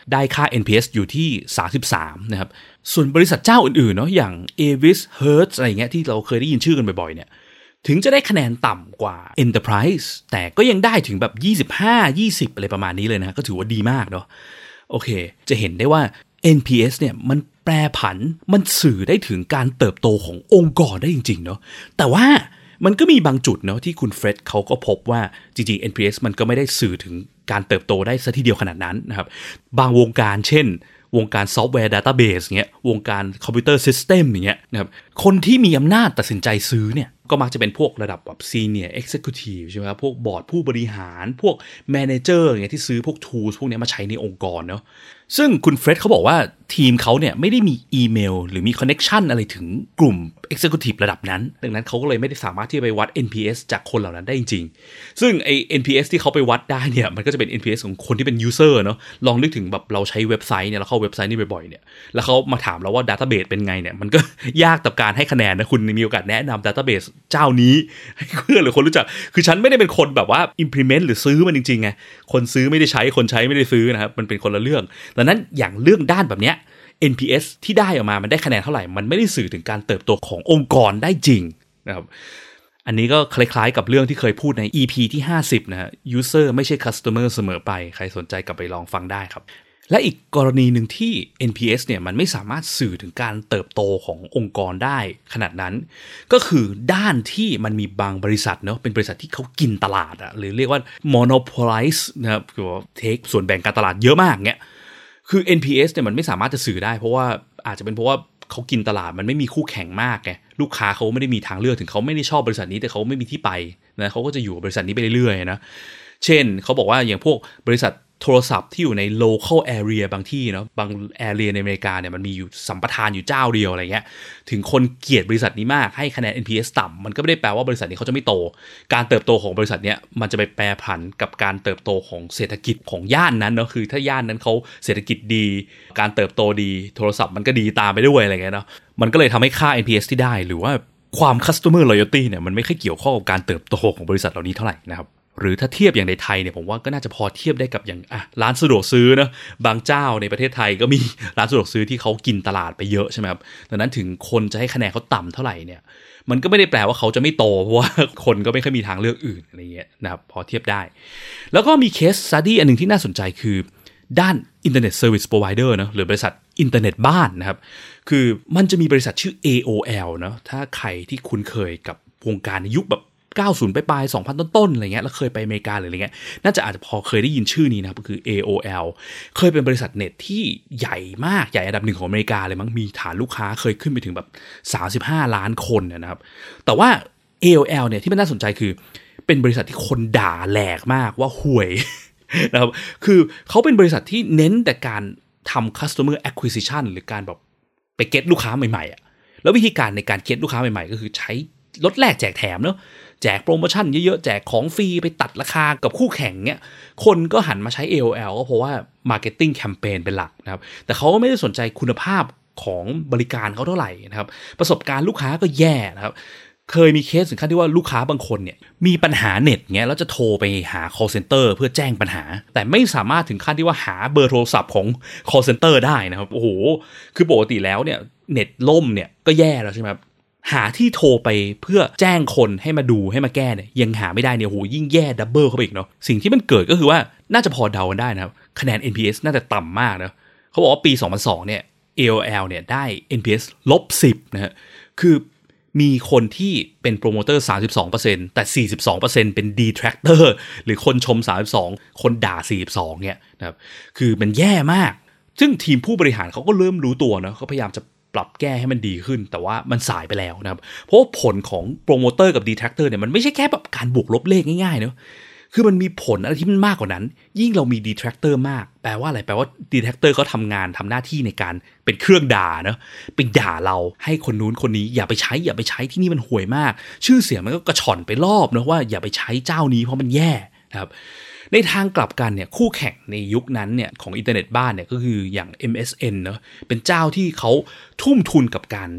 S1: ได้ค่า เอ็น พี เอส อยู่ที่สามสิบสามนะครับส่วนบริษัทเจ้าอื่นๆเนาะอย่าง Avis Hertz อะไรเงี้ยที่เราเคยได้ยินชื่อกันบ่อยๆเนี่ยถึงจะได้คะแนนต่ำกว่า Enterprise แต่ก็ยังได้ถึงแบบยี่สิบห้า ยี่สิบอะไรประมาณนี้เลยนะก็ถือว่าดีมากเนาะโอเคจะเห็นได้ว่า เอ็น พี เอส เนี่ยมันแปรผันมันสื่อได้ถึงการเติบโตขององค์กรได้จริงๆเนาะแต่ว่ามันก็มีบางจุดเนาะที่คุณเฟร็ดเขาก็พบว่าจริงๆ เอ็น พี เอส มันก็ไม่ได้สื่อถึงการเติบโตได้ซะทีเดียวขนาดนั้นนะครับบางวงการเช่นวงการซอฟต์แวร์ดัตต้าเบสเงี้ยวงการคอมพิวเตอร์ซิสเต็มอย่างเงี้ยนะครับคนที่มีอำนาจตัดสินใจซื้อเนี่ยก็มักจะเป็นพวกระดับแบบซีเนียร์เอ็กเซคิวทีฟใช่ไหมครับพวกบอร์ดผู้บริหารพวกแมเนเจอร์อย่างเงี้ยที่ซื้อพวก tools พวกนี้มาใช้ในองค์กรเนาะซึ่งคุณเฟร็ดเขาบอกว่าทีมเขาเนี่ยไม่ได้มีอีเมลหรือมีคอนเนคชันอะไรถึงกลุ่ม Executive ระดับนั้นดังนั้นเขาก็เลยไม่ได้สามารถที่จะไปวัด เอ็น พี เอส จากคนเหล่านั้นได้จริงๆซึ่งไอ้ เอ็น พี เอส ที่เขาไปวัดได้เนี่ยมันก็จะเป็น เอ็น พี เอส ของคนที่เป็น user เนาะลองนึกถึงแบบเราใช้เว็บไซต์เนี่ยเราเข้าเว็บไซต์นี่บ่อยๆเนี่ยแล้วเขามาถามเราว่า database เป็นไงเนี่ยมันก็ยากต่อการให้คะแนนนะคุณมีโอกาสแนะนำ database เจ้านี้ให้เพื่อนหรือคนรู้จักคือฉันไม่ได้เป็นคนแบบว่า implement หรือซื้อมันจริงๆไงคนซื้อไม่ได้ใช้คนใช้ไม่ได้ซื้อนะครับมันเป็นคนละเรื่องดังนั้นอย่างเรื่องด้านแบบเนี้ย เอ็น พี เอส ที่ได้ออกมามันได้คะแนนเท่าไหร่มันไม่ได้สื่อถึงการเติบโตขององค์กรได้จริงนะครับอันนี้ก็คล้ายๆกับเรื่องที่เคยพูดใน อี พี ที่ห้าสิบนะฮะ user ไม่ใช่ customer เสมอไปใครสนใจกลับไปลองฟังได้ครับและอีกกรณีหนึ่งที่ เอ็น พี เอส เนี่ยมันไม่สามารถสื่อถึงการเติบโตขององค์กรได้ขนาดนั้นก็คือด้านที่มันมีบางบริษัทเนาะเป็นบริษัทที่เขากินตลาดอะหรือเรียกว่า monopolize นะครับคือว่า take ส่วนแบ่งการตลาดเยอะมากเงี้ยคือ เอ็น พี เอส เนี่ยมันไม่สามารถจะสื่อได้เพราะว่าอาจจะเป็นเพราะว่าเขากินตลาดมันไม่มีคู่แข่งมากไงลูกค้าเขาไม่ได้มีทางเลือกถึงเขาไม่ได้ชอบบริษัทนี้แต่เขาไม่มีที่ไปนะเขาก็จะอยู่กับบริษัทนี้ไปเรื่อยๆนะเช่นเขาบอกว่าอย่างพวกบริษัทโทรศัพท์ที่อยู่ใน local area บางที่เนาะบาง area ในอเมริกาเนี่ยมันมีอยู่สัมปทานอยู่เจ้าเดียวอะไรเงี้ยถึงคนเกลียดบริษัทนี้มากให้คะแนน เอ็น พี เอส ต่ำมันก็ไม่ได้แปลว่าบริษัทนี้เขาจะไม่โตการเติบโตของบริษัทเนี้ยมันจะไปแปรผันกับการเติบโตของเศรษฐกิจของย่านนั้นเนาะคือถ้าย่านนั้นเขาเศรษฐกิจดีการเติบโตดีโทรศัพท์มันก็ดีตามไปด้วยอะไรเงี้ยเนาะมันก็เลยทำให้ค่า เอ็น พี เอส ที่ได้หรือว่าความ customer loyalty เนี่ยมันไม่ค่อยเกี่ยวข้องกับการเติบโตของบริษัทเหล่านี้เท่าไหร่นะครับหรือถ้าเทียบอย่างในไทยเนี่ยผมว่าก็น่าจะพอเทียบได้กับอย่างอ่ะร้านสะดวกซื้อนะบางเจ้าในประเทศไทยก็มีร้านสะดวกซื้อที่เขากินตลาดไปเยอะใช่ไหมครับดังนั้นถึงคนจะให้คะแนนเขาต่ำเท่าไหร่เนี่ยมันก็ไม่ได้แปลว่าเขาจะไม่โตเพราะว่าคนก็ไม่ค่อยมีทางเลือกอื่นอะไรเงี้ยนะครับพอเทียบได้แล้วก็มีเคสสตั๊ดดี้อันนึงที่น่าสนใจคือด้าน Internet Service Provider นะหรือบริษัทอินเทอร์เน็ตบ้านนะครับคือมันจะมีบริษัทชื่อ เอ โอ แอล นะถ้าใครที่คุ้นเคยกับวงการในยุคแบบเก้าสิบไปปลายสองพันต้นๆอะไรเงี้ยแล้วเคยไปอเมริกาหรืออะไรเงี้ยน่าจะอาจจะพอเคยได้ยินชื่อนี้นะครับก็คือ เอ โอ แอล เคยเป็นบริษัทเน็ตที่ใหญ่มากใหญ่อันดับหนึ่งของอเมริกาเลยมั้งมีฐานลูกค้าเคยขึ้นไปถึงแบบสามสิบห้าล้านคนนะครับแต่ว่า เอ โอ แอล เนี่ยที่มันน่าสนใจคือเป็นบริษัทที่คนด่าแหลกมากว่าห่วย นะครับคือเขาเป็นบริษัทที่เน้นแต่การทำ customer acquisition หรือการแบบไปเก็ตลูกค้าใหม่ๆอ่ะแล้ววิธีการในการเก็ตลูกค้าใหม่ๆก็คือใช้ลดแลกแจกแถมเนาะแจกโปรโมชั่นเยอะๆแจกของฟรีไปตัดราคากับคู่แข่งเนี่ยคนก็หันมาใช้ เอ โอ แอล ก็เพราะว่า marketing campaign เป็นหลักนะครับแต่เขาไม่ได้สนใจคุณภาพของบริการเขาเท่าไหร่นะครับประสบการณ์ลูกค้าก็แย่นะครับเคยมีเคสถึงขั้นที่ว่าลูกค้าบางคนเนี่ยมีปัญหาเน็ตเงี้ยแล้วจะโทรไปหา call center เพื่อแจ้งปัญหาแต่ไม่สามารถถึงขั้นที่ว่าหาเบอร์โทรศัพท์ของ call center ได้นะครับโอ้โหคือปกติแล้วเนี่ยเน็ตล่มเนี่ยก็แย่แล้วใช่ไหมครับหาที่โทรไปเพื่อแจ้งคนให้มาดูให้มาแก้เนี่ยยังหาไม่ได้เนี่ยโหยิ่งแย่ดับเบิลเข้าไปอีกเนาะสิ่งที่มันเกิดก็คือว่าน่าจะพอเดากันได้นะครับคะแนน เอ็น พี เอส น่าจะต่ำมากนะเขาบอกว่าปีสองพันสองเนี่ย เอ โอ แอล เนี่ยได้ เอ็น พี เอส ลบสิบนะฮะคือมีคนที่เป็นโปรโมเตอร์ สามสิบสองเปอร์เซ็นต์ แต่ สี่สิบสองเปอร์เซ็นต์ เป็น detractor หรือคนชม สามสิบสอง คนด่า สี่สิบสองเนี่ยนะครับคือมันแย่มากซึ่งทีมผู้บริหารเขาก็เริ่มรู้ตัวนะเขาพยายามจะปรับแก้ให้มันดีขึ้นแต่ว่ามันสายไปแล้วนะครับเพราะผลของโปรโมเตอร์กับ detractor เนี่ยมันไม่ใช่แค่แบบการบวกลบเลขง่ายๆเนาะคือมันมีผลอะไรที่มันมากกว่านั้นยิ่งเรามี detractor มากแปลว่าอะไรแปลว่า detractor เขาทำงานทำหน้าที่ในการเป็นเครื่องด่าเนาะไปด่าเราให้คนนู้นคนนี้อย่าไปใช้อย่าไปใช้ที่นี่มันห่วยมากชื่อเสียงมันก็กระฉ่อนไปรอบนะว่าอย่าไปใช้เจ้านี้เพราะมันแย่นะครับในทางกลับกันเนี่ยคู่แข่งในยุคนั้นเนี่ยของอินเทอร์เน็ตบ้านเนี่ยก็คืออย่าง เอ็ม เอส เอ็น เนาะเป็นเจ้าที่เขาทุ่มทุนกับการ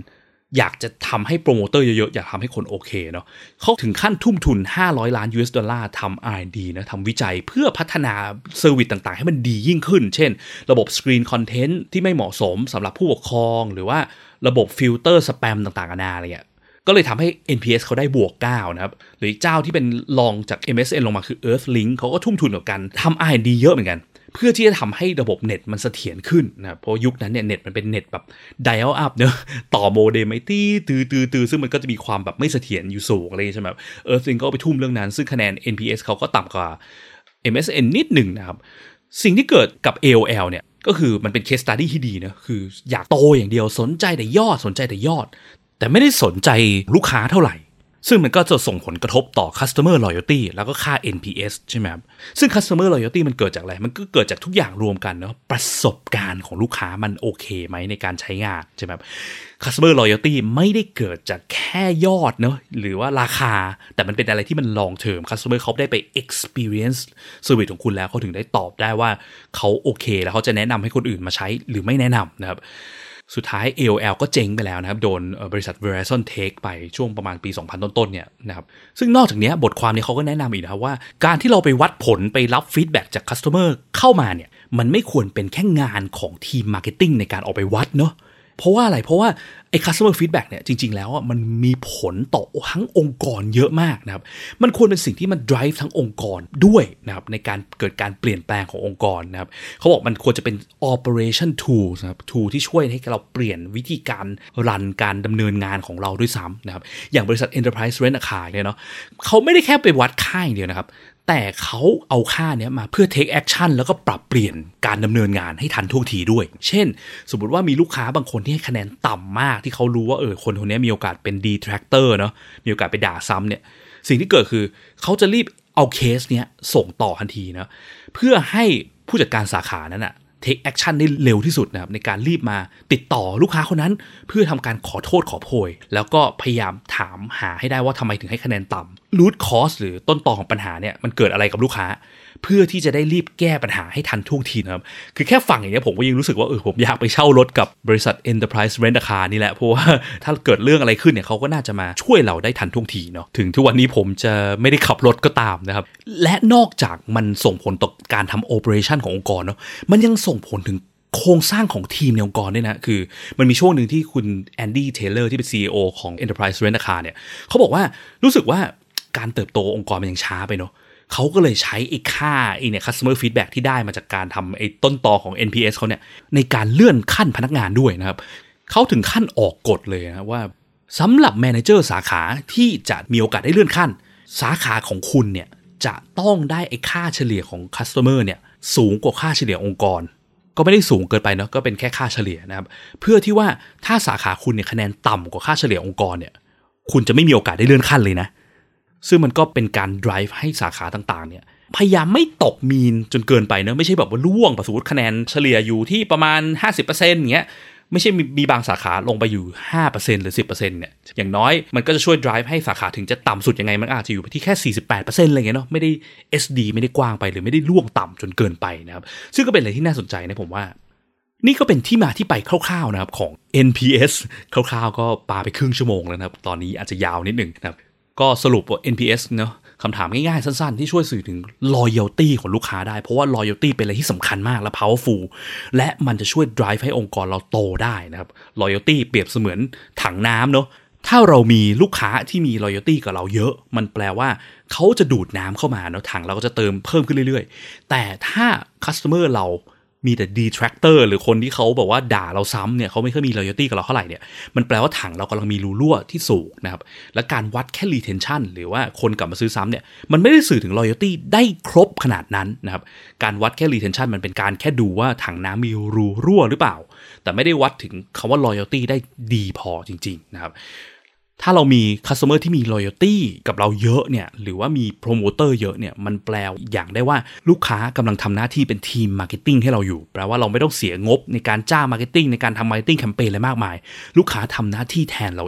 S1: อยากจะทำให้โปรโมเตอร์เยอะๆอยากทำให้คนโอเคเนาะเขาถึงขั้นทุ่มทุนห้าร้อยล้าน ยู เอส ดอลลาร์ทำ อาร์ แอนด์ ดี นะทำวิจัยเพื่อพัฒนาเซอร์วิสต่างๆให้มันดียิ่งขึ้นเช่นระบบสกรีนคอนเทนต์ที่ไม่เหมาะสมสำหรับผู้ปกครองหรือว่าระบบฟิลเตอร์สแปมต่างๆนานาอะไรเงี้ยก็เลยทำให้ เอ็น พี เอส เขาได้บวกเก้านะครับหรือเจ้าที่เป็นรองจาก เอ็ม เอส เอ็น ลงมาคือ Earthlink เขาก็ทุ่มทุนกับกันทำ อาร์ แอนด์ ดี เยอะเหมือนกันเพื่อที่จะทำให้ระบบเน็ตมันเสถียรขึ้นนะเพราะยุคนั้นเนี่ยเน็ตมันเป็นเน็ตแบบ dial up เนอะต่อโมเด็มไอ้ตี้ตื้อๆๆซึ่งมันก็จะมีความแบบไม่เสถียรอยู่สูงอะไรใช่ไหมครับ Earthlink ก็ไปทุ่มเรื่องนั้นซึ่งคะแนน เอ็น พี เอส เขาก็ต่ำกว่า เอ็ม เอส เอ็น นิดหนึ่งนะครับสิ่งที่เกิดกับ เอ โอ แอล เนี่ยก็คือมันเป็น case study ที่ดีนะคืออยากโตอย่างเดียวสนใจแต่ยอดสนใจแต่ยอดแต่ไม่ได้สนใจลูกค้าเท่าไหร่ซึ่งมันก็จะส่งผลกระทบต่อ customer loyalty แล้วก็ค่า เอ็น พี เอส ใช่ไหมครับซึ่ง customer loyalty มันเกิดจากอะไรมันก็เกิดจากทุกอย่างรวมกันเนาะประสบการณ์ของลูกค้ามันโอเคไหมในการใช้งานใช่ไหมครับ customer loyalty ไม่ได้เกิดจากแค่ยอดเนาะหรือว่าราคาแต่มันเป็นอะไรที่มัน long term customer เขาได้ไป experience service ของคุณแล้วเขาถึงได้ตอบได้ว่าเขาโอเคแล้วเขาจะแนะนำให้คนอื่นมาใช้หรือไม่แนะนำนะครับสุดท้าย เอ โอ แอล ก็เจ๊งไปแล้วนะครับโดนบริษัท Verizon Take ไปช่วงประมาณปี สองพัน ต้นๆเนี่ยนะครับซึ่งนอกจากนี้บทความนี้เขาก็แนะนำอีกนะครับว่าการที่เราไปวัดผลไปรับฟีดแบ็กจาก customer เข้ามาเนี่ยมันไม่ควรเป็นแค่งานของทีม marketing ในการออกไปวัดเนาะเพราะว่าอะไรเพราะว่าไอ้ customer feedback เนี่ยจริงๆแล้วมันมีผลต่อทั้งองค์กรเยอะมากนะครับมันควรเป็นสิ่งที่มัน drive ทั้งองค์กรด้วยนะครับในการเกิดการเปลี่ยนแปลงขององค์กรนะครับเขาบอกมันควรจะเป็น operation tool นะครับ tool ที่ช่วยให้เราเปลี่ยนวิธีการรันการดำเนินงานของเราด้วยซ้ำนะครับอย่างบริษัท enterprise rent a car เนี่ยเนาะเขาไม่ได้แค่ไปวัดค่าอย่างเดียวนะครับแต่เขาเอาค่าเนี้ยมาเพื่อ take action แล้วก็ปรับเปลี่ยนการดำเนินงานให้ทันท่วงทีด้วยเช่นสมมุติว่ามีลูกค้าบางคนที่ให้คะแนนต่ำมากที่เขารู้ว่าเออคนคนนี้มีโอกาสเป็น detractor เนาะมีโอกาสไปด่าซ้ำเนี่ยสิ่งที่เกิดคือเขาจะรีบเอาเคสเนี้ยส่งต่อทันทีนะเพื่อให้ผู้จัดการสาขานั้นอะtake action ได้เร็วที่สุดนะครับในการรีบมาติดต่อลูกค้าคนนั้นเพื่อทำการขอโทษขอโพยแล้วก็พยายามถามหาให้ได้ว่าทำไมถึงให้คะแนนต่ำ root cause หรือต้นตอของปัญหาเนี่ยมันเกิดอะไรกับลูกค้าเพื่อที่จะได้รีบแก้ปัญหาให้ทันท่วงทีนะครับคือแค่ฟังอย่างนี้ผมก็ยังรู้สึกว่าเออผมอยากไปเช่ารถกับบริษัท Enterprise Rent a Car นี่แหละเพราะว่าถ้าเกิดเรื่องอะไรขึ้นเนี่ยเขาก็น่าจะมาช่วยเราได้ทันท่วงทีเนาะถึงทุกวันนี้ผมจะไม่ได้ขับรถก็ตามนะครับและนอกจากมันส่งผลต่อการทำ operation ขององค์กรเนาะมันยังส่งผลถึงโครงสร้างของทีมในองค์กรด้วยนะคือมันมีช่วงหนึ่งที่คุณแอนดี้เทเลอร์ที่เป็น ซี อี โอ ของ Enterprise Rent a Car เนี่ยเขาบอกว่ารู้สึกว่าการเติบโตองค์กรมันยังช้าไปเนาะเขาก็เลยใช้ไอ้ค่าไอ้เนี่ย customer feedback ที่ได้มาจากการทำไอ้ต้นตอของ เอ็น พี เอส เขาเนี่ยในการเลื่อนขั้นพนักงานด้วยนะครับเขาถึงขั้นออกกฎเลยนะว่าสำหรับ manager สาขาที่จะมีโอกาสได้เลื่อนขั้นสาขาของคุณเนี่ยจะต้องได้ไอ้ค่าเฉลี่ยของ customer เนี่ยสูงกว่าค่าเฉลี่ยองค์กรก็ไม่ได้สูงเกินไปเนาะก็เป็นแค่ค่าเฉลี่ยนะครับเพื่อที่ว่าถ้าสาขาคุณเนี่ยคะแนนต่ำกว่าค่าเฉลี่ยองค์กรเนี่ยคุณจะไม่มีโอกาสได้เลื่อนขั้นเลยนะซึ่งมันก็เป็นการ drive ให้สาขาต่างๆเนี่ยพยายามไม่ตกมีนจนเกินไปเนอะไม่ใช่แบบว่าล่วงสมมติคะแนนเฉลี่ยอยู่ที่ประมาณ ห้าสิบเปอร์เซ็นต์ อย่างเงี้ยไม่ใช่มีบางสาขาลงไปอยู่ ห้าเปอร์เซ็นต์ หรือ สิบเปอร์เซ็นต์ เนี่ยอย่างน้อยมันก็จะช่วย drive ให้สาขาถึงจะต่ำสุดยังไงมันอาจจะอยู่ที่แค่ สี่สิบแปดเปอร์เซ็นต์ อะไรเงี้ยเนาะไม่ได้ เอส ดี ไม่ได้กว้างไปหรือไม่ได้ล่วงต่ำจนเกินไปนะครับซึ่งก็เป็นอะไรที่น่าสนใจนะผมว่านี่ก็เป็นที่มาที่ไปคร่าวๆนะครับของ เอ็น พี เอส คร่าวๆก็ปาไปครึ่งชั่วโมงแล้วนะครับตอนนี้อาจจะยาวนิดนึงนะครับก็สรุปว่า เอ็น พี เอส เนาะคำถามง่ายๆสั้นๆที่ช่วยสื่อถึง loyalty ของลูกค้าได้เพราะว่า loyalty เป็นอะไรที่สำคัญมากและ powerful และมันจะช่วย drive ให้องค์กรเราโตได้นะครับ loyalty เปรียบเสมือนถังน้ำเนาะถ้าเรามีลูกค้าที่มี loyalty กับเราเยอะมันแปลว่าเขาจะดูดน้ำเข้ามาเนาะถังเราก็จะเติมเพิ่มขึ้นเรื่อยๆแต่ถ้า customer เรามีแต่ detractor หรือคนที่เขาบอกว่าด่าเราซ้ำเนี่ยเขาไม่ค่อยมี loyalty กับเราเท่าไหร่เนี่ยมันแปลว่าถังเรากำลังมีรูรั่วที่สูงนะครับและการวัดแค่ retention หรือว่าคนกลับมาซื้อซ้ำเนี่ยมันไม่ได้สื่อถึง loyalty ได้ครบขนาดนั้นนะครับการวัดแค่ retention มันเป็นการแค่ดูว่าถังน้ำมีรูรั่วหรือเปล่าแต่ไม่ได้วัดถึงคำว่า loyalty ได้ดีพอจริงๆนะครับถ้าเรามี customer ที่มี loyalty กับเราเยอะเนี่ยหรือว่ามี promoter เยอะเนี่ยมันแปลอย่างได้ว่าลูกค้ากำลังทำหน้าที่เป็นทีม marketing ให้เราอยู่แปลว่าเราไม่ต้องเสียงบในการจ้าง marketing ในการทำ marketing campaign อะไรมากมายลูกค้าทำหน้าที่แทนเราเอง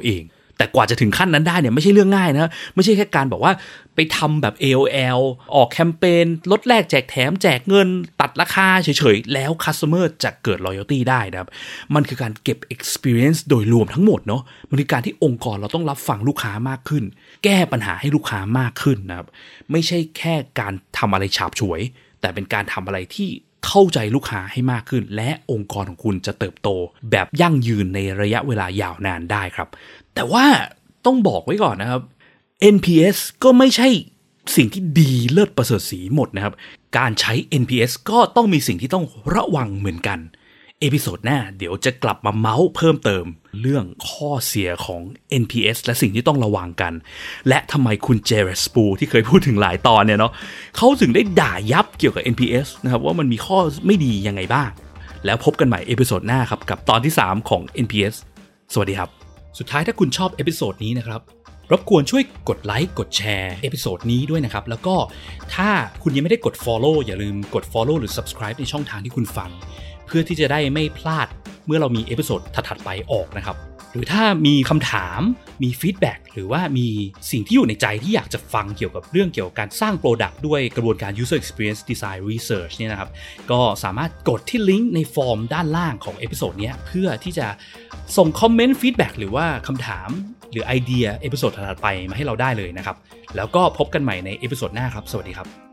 S1: แต่กว่าจะถึงขั้นนั้นได้เนี่ยไม่ใช่เรื่องง่ายนะไม่ใช่แค่การบอกว่าไปทำแบบ เอ โอ แอล ออกแคมเปญลดแลกแจกแถมแจกเงินตัดราคาเฉยๆแล้ว customer จะเกิด loyalty ได้นะครับมันคือการเก็บ experience โดยรวมทั้งหมดเนาะมันคือการที่องค์กรเราต้องรับฟังลูกค้ามากขึ้นแก้ปัญหาให้ลูกค้ามากขึ้นนะครับไม่ใช่แค่การทำอะไรฉาบฉวยแต่เป็นการทำอะไรที่เข้าใจลูกค้าให้มากขึ้นและองค์กรของคุณจะเติบโตแบบยั่งยืนในระยะเวลายาวนานได้ครับแต่ว่าต้องบอกไว้ก่อนนะครับ เอ็น พี เอส ก็ไม่ใช่สิ่งที่ดีเลิศประเสริฐศรีหมดนะครับการใช้ เอ็น พี เอส ก็ต้องมีสิ่งที่ต้องระวังเหมือนกันเอพิโซดหน้าเดี๋ยวจะกลับมาเมาส์เพิ่มเติมเรื่องข้อเสียของ เอ็น พี เอส และสิ่งที่ต้องระวังกันและทำไมคุณเจเรสปูที่เคยพูดถึงหลายตอนเนี่ยเนาะเขาถึงได้ด่ายับเกี่ยวกับ เอ็น พี เอส นะครับว่ามันมีข้อไม่ดียังไงบ้างแล้วพบกันใหม่เอพิโซดหน้าครับกับตอนที่สามของ เอ็น พี เอส สวัสดีครับสุดท้ายถ้าคุณชอบเอพิโซดนี้นะครับรบกวนช่วยกดไลค์กดแชร์เอพิโซดนี้ด้วยนะครับแล้วก็ถ้าคุณยังไม่ได้กด follow อย่าลืมกด follow หรือ subscribe ในช่องทางที่คุณฟังเพื่อที่จะได้ไม่พลาดเมื่อเรามีเอพิโซดถัดๆไปออกนะครับหรือถ้ามีคำถามมีฟีดแบ็กหรือว่ามีสิ่งที่อยู่ในใจที่อยากจะฟังเกี่ยวกับเรื่องเกี่ยวกับการสร้าง Product ด้วยกระบวนการ User Experience Design Research เนี่ยนะครับก็สามารถกดที่ลิงก์ในฟอร์มด้านล่างของเอพิโซดนี้เพื่อที่จะส่งคอมเมนต์ฟีดแบ็กหรือว่าคำถามหรือไอเดียเอพิโซดถัดๆไปมาให้เราได้เลยนะครับแล้วก็พบกันใหม่ในเอพิโซดหน้าครับสวัสดีครับ